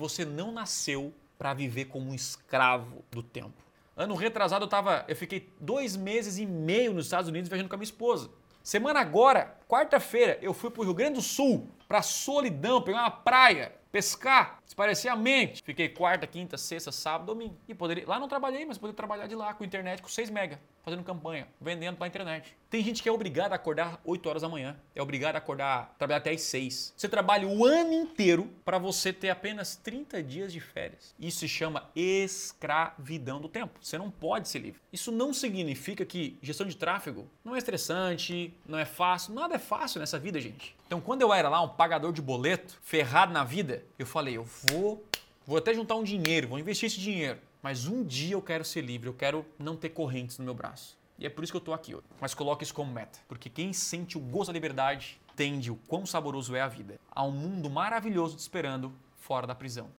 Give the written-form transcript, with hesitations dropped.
você não nasceu para viver como um escravo do tempo. Ano retrasado eu fiquei 2 meses e meio nos Estados Unidos viajando com a minha esposa. Semana agora, quarta-feira, eu fui pro Rio Grande do Sul, pra Solidão, pegar uma praia, pescar, espairecer a mente. Fiquei quarta, quinta, sexta, sábado, domingo. E lá não trabalhei, mas poderia trabalhar de lá com internet, com 6 mega, fazendo campanha, vendendo pela internet. Tem gente que é obrigada a acordar 8 horas da manhã, é obrigada a trabalhar até às 6. Você trabalha o ano inteiro para você ter apenas 30 dias de férias. Isso se chama escravidão do tempo. Você não pode ser livre. Isso não significa que gestão de tráfego não é estressante, não é fácil. Nada é fácil nessa vida, gente. Então, quando eu era lá um pagador de boleto, ferrado na vida, eu falei, eu vou até juntar um dinheiro, vou investir esse dinheiro. Mas um dia eu quero ser livre, eu quero não ter correntes no meu braço. E é por isso que eu tô aqui hoje. Mas coloque isso como meta, porque quem sente o gosto da liberdade entende o quão saboroso é a vida. Há um mundo maravilhoso te esperando fora da prisão.